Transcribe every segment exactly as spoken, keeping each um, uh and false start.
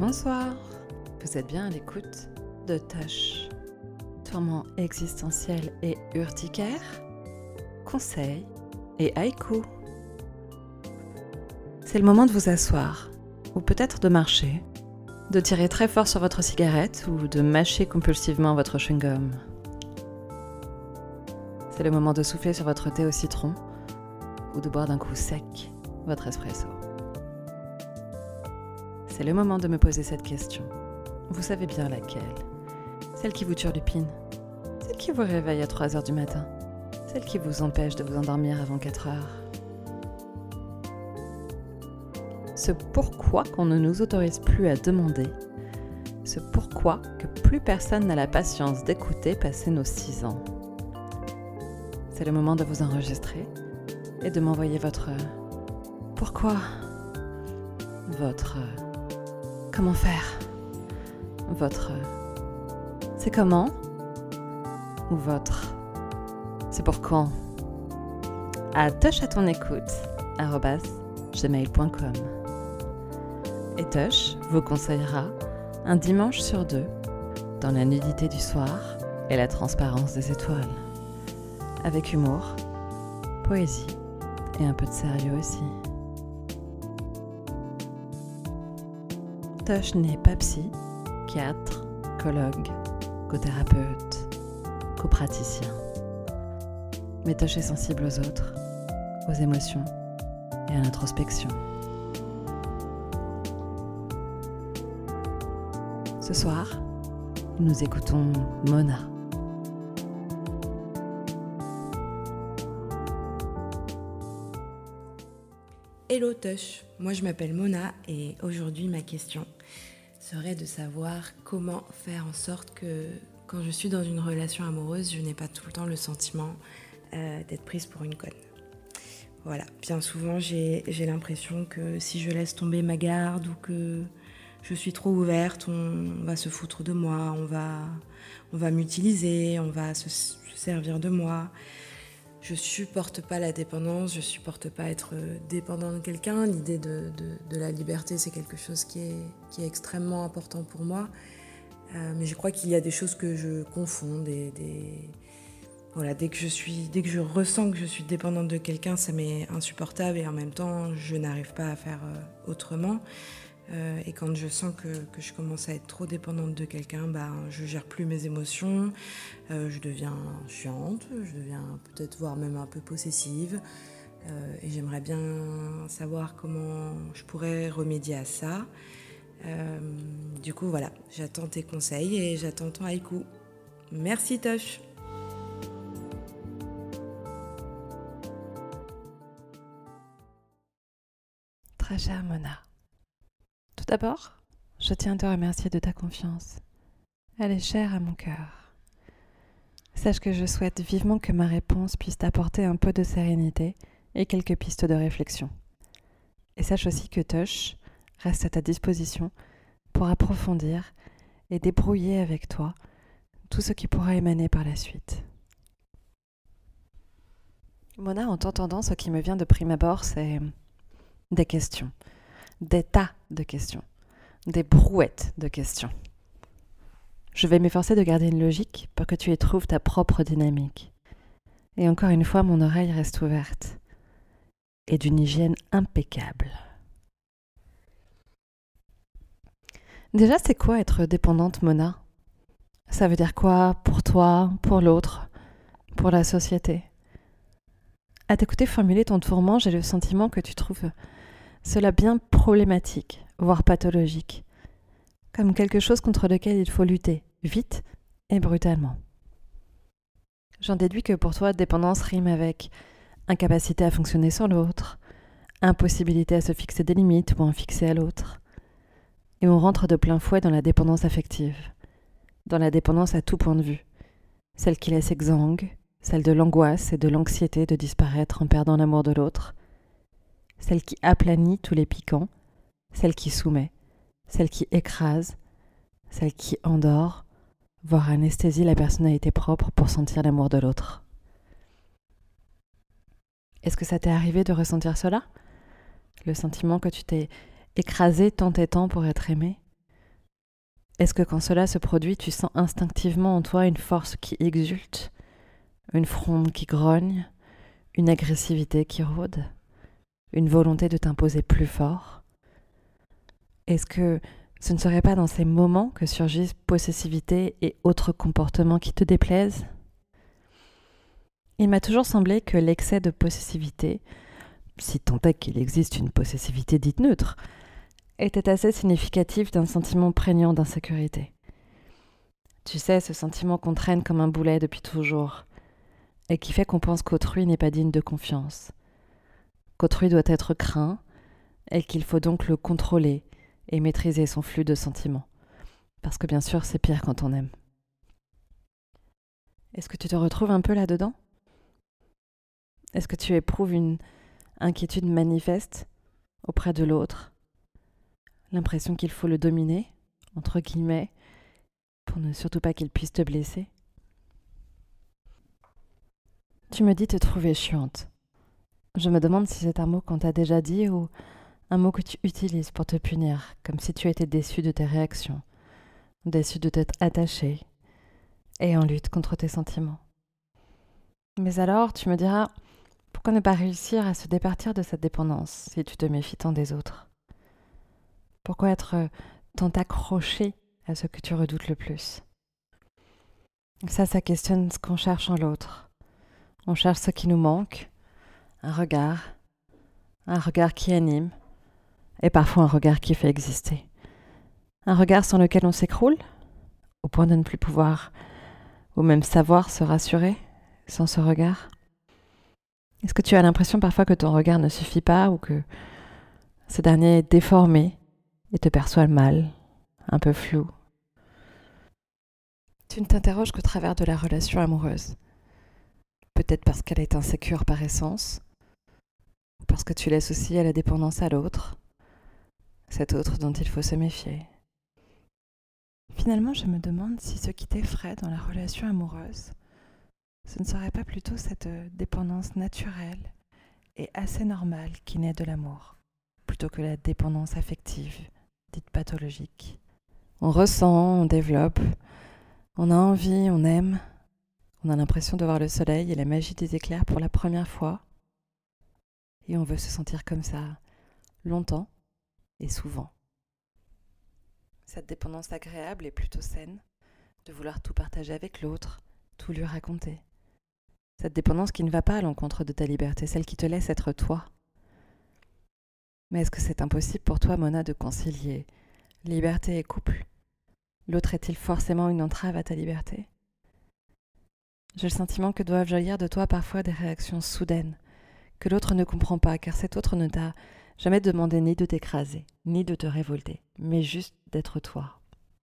Bonsoir, vous êtes bien à l'écoute de Tosh. Tourments existentiels et urticaires, conseils et haïkus. C'est le moment de vous asseoir, ou peut-être de marcher, de tirer très fort sur votre cigarette ou de mâcher compulsivement votre chewing-gum. C'est le moment de souffler sur votre thé au citron ou de boire d'un coup sec votre espresso. C'est le moment de me poser cette question. Vous savez bien laquelle. Celle qui vous turlupine. Celle qui vous réveille à trois heures du matin. Celle qui vous empêche de vous endormir avant quatre heures. Ce pourquoi qu'on ne nous autorise plus à demander. Ce pourquoi que plus personne n'a la patience d'écouter passer nos six ans. C'est le moment de vous enregistrer et de m'envoyer votre pourquoi, votre comment faire, votre c'est comment ou votre c'est pour quand à touche à ton écoute arobase gmail point com. Et Touch vous conseillera un dimanche sur deux dans la nudité du soir et la transparence des étoiles, avec humour, poésie et un peu de sérieux aussi. Tosh n'est pas psy, psychiatre, psychologue, cothérapeute, copraticien. Mais Tosh est sensible aux autres, aux émotions et à l'introspection. Ce soir, nous écoutons Mona. Hello Tosh, moi je m'appelle Mona et aujourd'hui ma question serait de savoir comment faire en sorte que quand je suis dans une relation amoureuse, je n'ai pas tout le temps le sentiment euh, d'être prise pour une conne. Voilà, bien souvent j'ai, j'ai l'impression que si je laisse tomber ma garde ou que je suis trop ouverte, on va se foutre de moi, on va, on va m'utiliser, on va se, se servir de moi. Je supporte pas la dépendance, je supporte pas être dépendant de quelqu'un. L'idée de, de, de la liberté, c'est quelque chose qui est, qui est extrêmement important pour moi. Euh, mais je crois qu'il y a des choses que je confonds. Des, des... Voilà, dès que je suis, dès que je ressens que je suis dépendante de quelqu'un, ça m'est insupportable et en même temps, je n'arrive pas à faire autrement. Euh, et quand je sens que, que je commence à être trop dépendante de quelqu'un, ben, je gère plus mes émotions, euh, je deviens chiante, je deviens peut-être voire même un peu possessive. Euh, et j'aimerais bien savoir comment je pourrais remédier à ça. Euh, du coup, voilà, j'attends tes conseils et j'attends ton haïku. Merci Tosh. Très chère Mona. Tout d'abord, je tiens à te remercier de ta confiance. Elle est chère à mon cœur. Sache que je souhaite vivement que ma réponse puisse t'apporter un peu de sérénité et quelques pistes de réflexion. Et sache aussi que Tosh reste à ta disposition pour approfondir et débrouiller avec toi tout ce qui pourra émaner par la suite. Mona, en t'entendant, ce qui me vient de prime abord, c'est des questions. Des tas de questions, des brouettes de questions. Je vais m'efforcer de garder une logique pour que tu y trouves ta propre dynamique. Et encore une fois, mon oreille reste ouverte et d'une hygiène impeccable. Déjà, c'est quoi être dépendante, Mona ? Ça veut dire quoi pour toi, pour l'autre, pour la société ? À t'écouter formuler ton tourment, j'ai le sentiment que tu trouves cela bien problématique, voire pathologique, comme quelque chose contre lequel il faut lutter, vite et brutalement. J'en déduis que pour toi, dépendance rime avec incapacité à fonctionner sans l'autre, impossibilité à se fixer des limites ou à en fixer à l'autre. Et on rentre de plein fouet dans la dépendance affective, dans la dépendance à tout point de vue, celle qui laisse exsangue, celle de l'angoisse et de l'anxiété de disparaître en perdant l'amour de l'autre, celle qui aplanit tous les piquants, celle qui soumet, celle qui écrase, celle qui endort, voire anesthésie la personnalité propre pour sentir l'amour de l'autre. Est-ce que ça t'est arrivé de ressentir cela ? Le sentiment que tu t'es écrasé tant et tant pour être aimé ? Est-ce que quand cela se produit, tu sens instinctivement en toi une force qui exulte, une fronde qui grogne, une agressivité qui rôde, une volonté de t'imposer plus fort? Est-ce que ce ne serait pas dans ces moments que surgissent possessivité et autres comportements qui te déplaisent? Il m'a toujours semblé que l'excès de possessivité, si tant est qu'il existe une possessivité dite neutre, était assez significatif d'un sentiment prégnant d'insécurité. Tu sais, ce sentiment qu'on traîne comme un boulet depuis toujours, et qui fait qu'on pense qu'autrui n'est pas digne de confiance, qu'autrui doit être craint, et qu'il faut donc le contrôler et maîtriser son flux de sentiments. Parce que bien sûr, c'est pire quand on aime. Est-ce que tu te retrouves un peu là-dedans? Est-ce que tu éprouves une inquiétude manifeste auprès de l'autre? L'impression qu'il faut le dominer, entre guillemets, pour ne surtout pas qu'il puisse te blesser? Tu me dis te trouver chiante. Je me demande si c'est un mot qu'on t'a déjà dit ou un mot que tu utilises pour te punir, comme si tu étais déçu de tes réactions, déçu de t'être attaché et en lutte contre tes sentiments. Mais alors, tu me diras, pourquoi ne pas réussir à se départir de cette dépendance si tu te méfies tant des autres? Pourquoi être tant accroché à ce que tu redoutes le plus? Ça, ça questionne ce qu'on cherche en l'autre. On cherche ce qui nous manque, un regard, un regard qui anime, et parfois un regard qui fait exister. Un regard sans lequel on s'écroule, au point de ne plus pouvoir ou même savoir se rassurer sans ce regard. Est-ce que tu as l'impression parfois que ton regard ne suffit pas ou que ce dernier est déformé et te perçoit mal, un peu flou? Tu ne t'interroges qu'au travers de la relation amoureuse. Peut-être parce qu'elle est insécure par essence, ou parce que tu laisses aussi à la dépendance à l'autre, cet autre dont il faut se méfier. Finalement, je me demande si ce qui t'effraie dans la relation amoureuse, ce ne serait pas plutôt cette dépendance naturelle et assez normale qui naît de l'amour, plutôt que la dépendance affective, dite pathologique. On ressent, on développe, on a envie, on aime, on a l'impression de voir le soleil et la magie des éclairs pour la première fois, et on veut se sentir comme ça longtemps et souvent. Cette dépendance agréable est plutôt saine, de vouloir tout partager avec l'autre, tout lui raconter. Cette dépendance qui ne va pas à l'encontre de ta liberté, celle qui te laisse être toi. Mais est-ce que c'est impossible pour toi, Mona, de concilier liberté et couple? L'autre est-il forcément une entrave à ta liberté? J'ai le sentiment que doivent jaillir de toi parfois des réactions soudaines, que l'autre ne comprend pas, car cet autre ne t'a jamais demandé ni de t'écraser, ni de te révolter, mais juste d'être toi.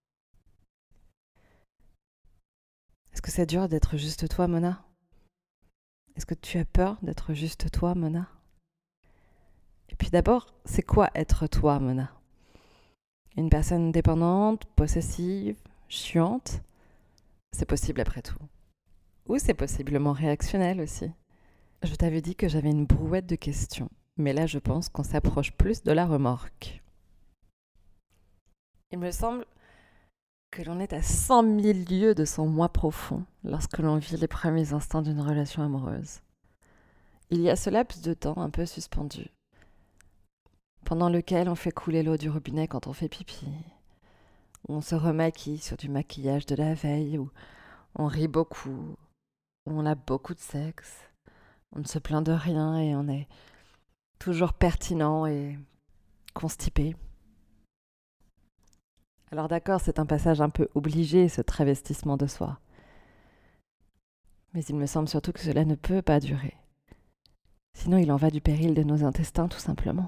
Est-ce que c'est dur d'être juste toi, Mona? Est-ce que tu as peur d'être juste toi, Mona? Et puis d'abord, c'est quoi être toi, Mona? Une personne dépendante, possessive, chiante? C'est possible après tout. Ou c'est possiblement réactionnel aussi. Je t'avais dit que j'avais une brouette de questions, mais là je pense qu'on s'approche plus de la remorque. Il me semble que l'on est à cent mille lieues de son moi profond lorsque l'on vit les premiers instants d'une relation amoureuse. Il y a ce laps de temps un peu suspendu, pendant lequel on fait couler l'eau du robinet quand on fait pipi, où on se remaquille sur du maquillage de la veille, où on rit beaucoup, où on a beaucoup de sexe, on ne se plaint de rien et on est toujours pertinent et constipé. Alors d'accord, c'est un passage un peu obligé, ce travestissement de soi. Mais il me semble surtout que cela ne peut pas durer. Sinon, il en va du péril de nos intestins, tout simplement.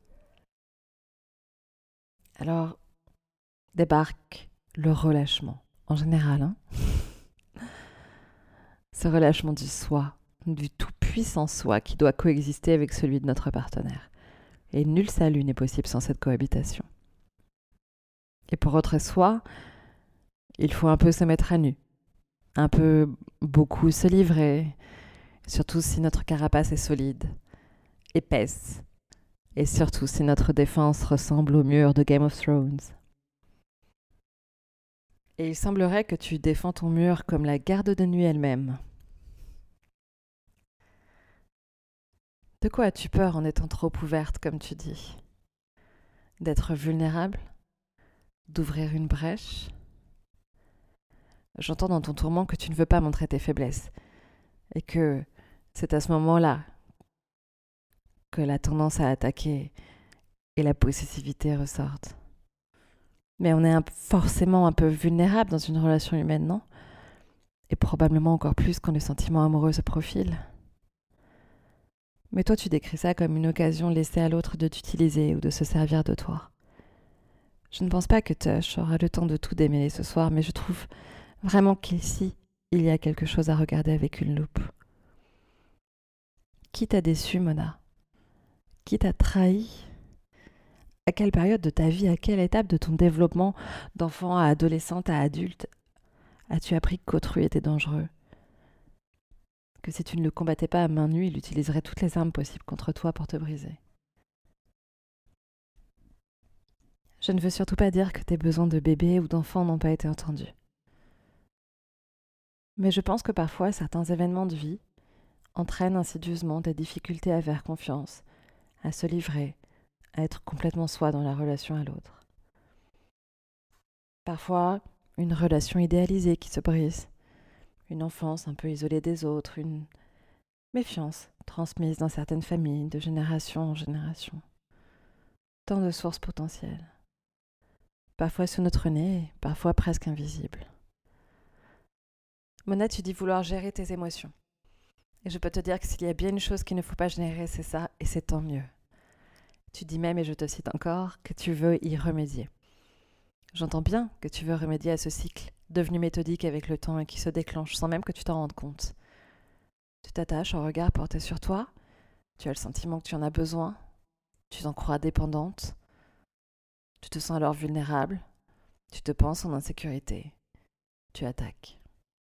Alors, débarque le relâchement, en général. Hein ce relâchement du soi, du tout-puissant soi qui doit coexister avec celui de notre partenaire. Et nul salut n'est possible sans cette cohabitation. Et pour être soi, il faut un peu se mettre à nu, un peu beaucoup se livrer, surtout si notre carapace est solide, épaisse, et surtout si notre défense ressemble au mur de Game of Thrones. Et il semblerait que tu défends ton mur comme la garde de nuit elle-même. De quoi as-tu peur en étant trop ouverte, comme tu dis ? D'être vulnérable ? D'ouvrir une brèche ? J'entends dans ton tourment que tu ne veux pas montrer tes faiblesses et que c'est à ce moment-là que la tendance à attaquer et la possessivité ressortent. Mais on est un, forcément un peu vulnérable dans une relation humaine, non ? Et probablement encore plus quand le sentiment amoureux se profile. Mais toi, tu décris ça comme une occasion laissée à l'autre de t'utiliser ou de se servir de toi. Je ne pense pas que Tush aura le temps de tout démêler ce soir, mais je trouve vraiment qu'ici, il y a quelque chose à regarder avec une loupe. Qui t'a déçu, Mona ? Qui t'a trahi ? À quelle période de ta vie, à quelle étape de ton développement d'enfant à adolescente à adulte as-tu appris qu'autrui était dangereux ? Que si tu ne le combattais pas à main nue, il utiliserait toutes les armes possibles contre toi pour te briser. Je ne veux surtout pas dire que tes besoins de bébé ou d'enfant n'ont pas été entendus. Mais je pense que parfois, certains événements de vie entraînent insidieusement des difficultés à faire confiance, à se livrer, à être complètement soi dans la relation à l'autre. Parfois, une relation idéalisée qui se brise, une enfance un peu isolée des autres, une méfiance transmise dans certaines familles de génération en génération. Tant de sources potentielles. Parfois sous notre nez, parfois presque invisibles. Mona, tu dis vouloir gérer tes émotions. Et je peux te dire que s'il y a bien une chose qu'il ne faut pas générer, c'est ça, et c'est tant mieux. Tu dis même, et je te cite encore, que tu veux y remédier. J'entends bien que tu veux remédier à ce cycle, devenu méthodique avec le temps et qui se déclenche sans même que tu t'en rendes compte. Tu t'attaches au regard porté sur toi, tu as le sentiment que tu en as besoin, tu t'en crois dépendante, tu te sens alors vulnérable, tu te penses en insécurité, tu attaques.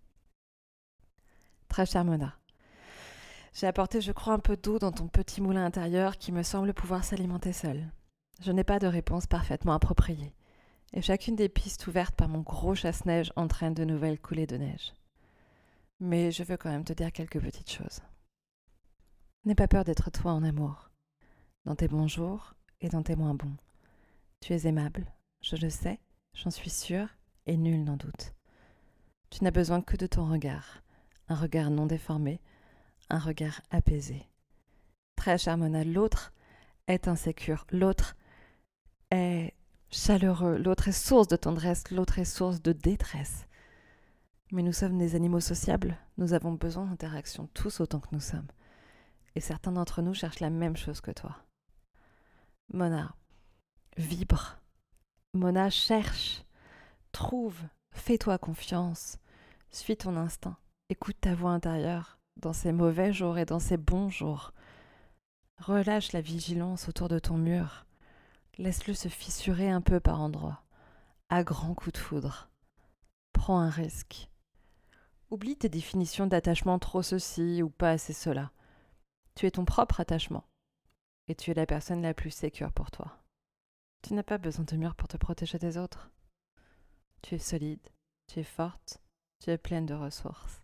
Très chère Mona, j'ai apporté, je crois, un peu d'eau dans ton petit moulin intérieur qui me semble pouvoir s'alimenter seul. Je n'ai pas de réponse parfaitement appropriée, et chacune des pistes ouvertes par mon gros chasse-neige entraîne de nouvelles coulées de neige. Mais je veux quand même te dire quelques petites choses. N'aie pas peur d'être toi en amour, dans tes bons jours et dans tes moins bons. Tu es aimable, je le sais, j'en suis sûre, et nul n'en doute. Tu n'as besoin que de ton regard, un regard non déformé, un regard apaisé. Très chère Mona, l'autre est insécure, l'autre est chaleureux, l'autre est source de tendresse, l'autre est source de détresse. Mais nous sommes des animaux sociables, nous avons besoin d'interaction, tous autant que nous sommes. Et certains d'entre nous cherchent la même chose que toi. Mona, vibre. Mona, cherche, trouve, fais-toi confiance, suis ton instinct, écoute ta voix intérieure, dans ces mauvais jours et dans ces bons jours. Relâche la vigilance autour de ton mur, laisse-le se fissurer un peu par endroits, à grands coups de foudre. Prends un risque. Oublie tes définitions d'attachement trop ceci ou pas assez cela. Tu es ton propre attachement et tu es la personne la plus sécure pour toi. Tu n'as pas besoin de mur pour te protéger des autres. Tu es solide, tu es forte, tu es pleine de ressources.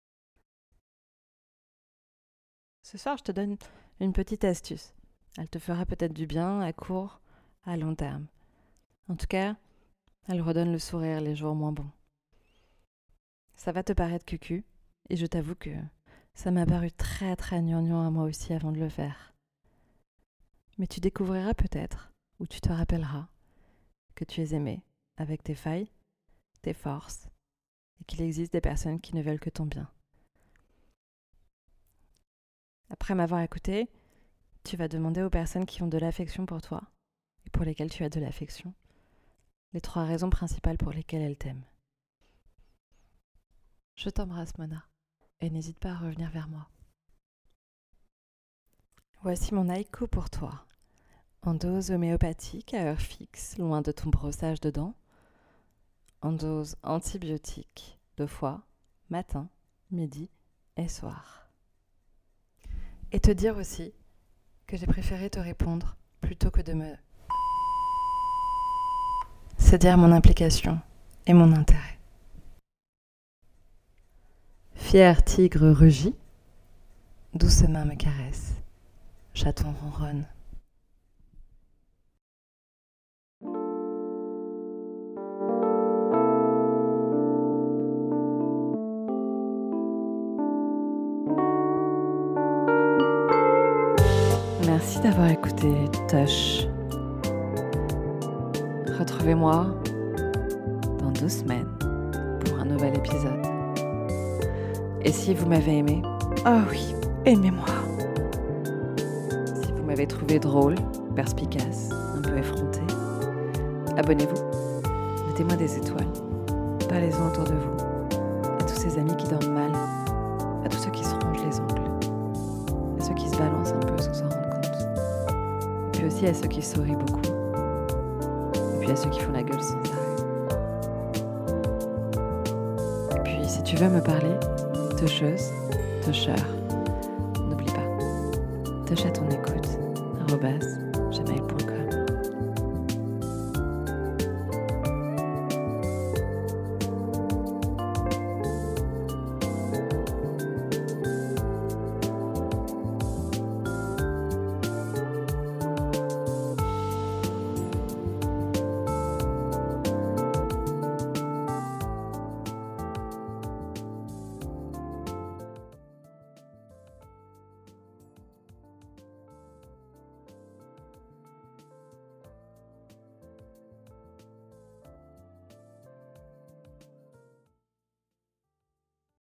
Ce soir, je te donne une petite astuce. Elle te fera peut-être du bien à court, à long terme. En tout cas, elle redonne le sourire les jours moins bons. Ça va te paraître cucu, et je t'avoue que ça m'a paru très très gnangnan à moi aussi avant de le faire. Mais tu découvriras peut-être, ou tu te rappelleras, que tu es aimé, avec tes failles, tes forces, et qu'il existe des personnes qui ne veulent que ton bien. Après m'avoir écouté, tu vas demander aux personnes qui ont de l'affection pour toi, et pour lesquelles tu as de l'affection, les trois raisons principales pour lesquelles elles t'aiment. Je t'embrasse, Mona, et n'hésite pas à revenir vers moi. Voici mon haïku pour toi. En dose homéopathique à heure fixe, loin de ton brossage de dents. En dose antibiotique, deux fois, matin, midi et soir. Et te dire aussi que j'ai préféré te répondre plutôt que de me... C'est dire mon implication et mon intérêt. Fier tigre rugit, douce main me caresse, chaton ronronne. Merci d'avoir écouté Tush. Retrouvez-moi dans deux semaines pour un nouvel épisode. Et si vous m'avez aimé, oh oui, aimez-moi. Si vous m'avez trouvé drôle, perspicace, un peu effronté, abonnez-vous, mettez-moi des étoiles, parlez-en autour de vous, à tous ces amis qui dorment mal, à tous ceux qui se rongent les ongles, à ceux qui se balancent un peu sans s'en rendre compte, et puis aussi à ceux qui sourient beaucoup, et puis à ceux qui font la gueule sans arrêt. Et puis si tu veux me parler, toucheuse, toucheur, n'oublie pas, touche à ton écoute, arrobase, gmail point com.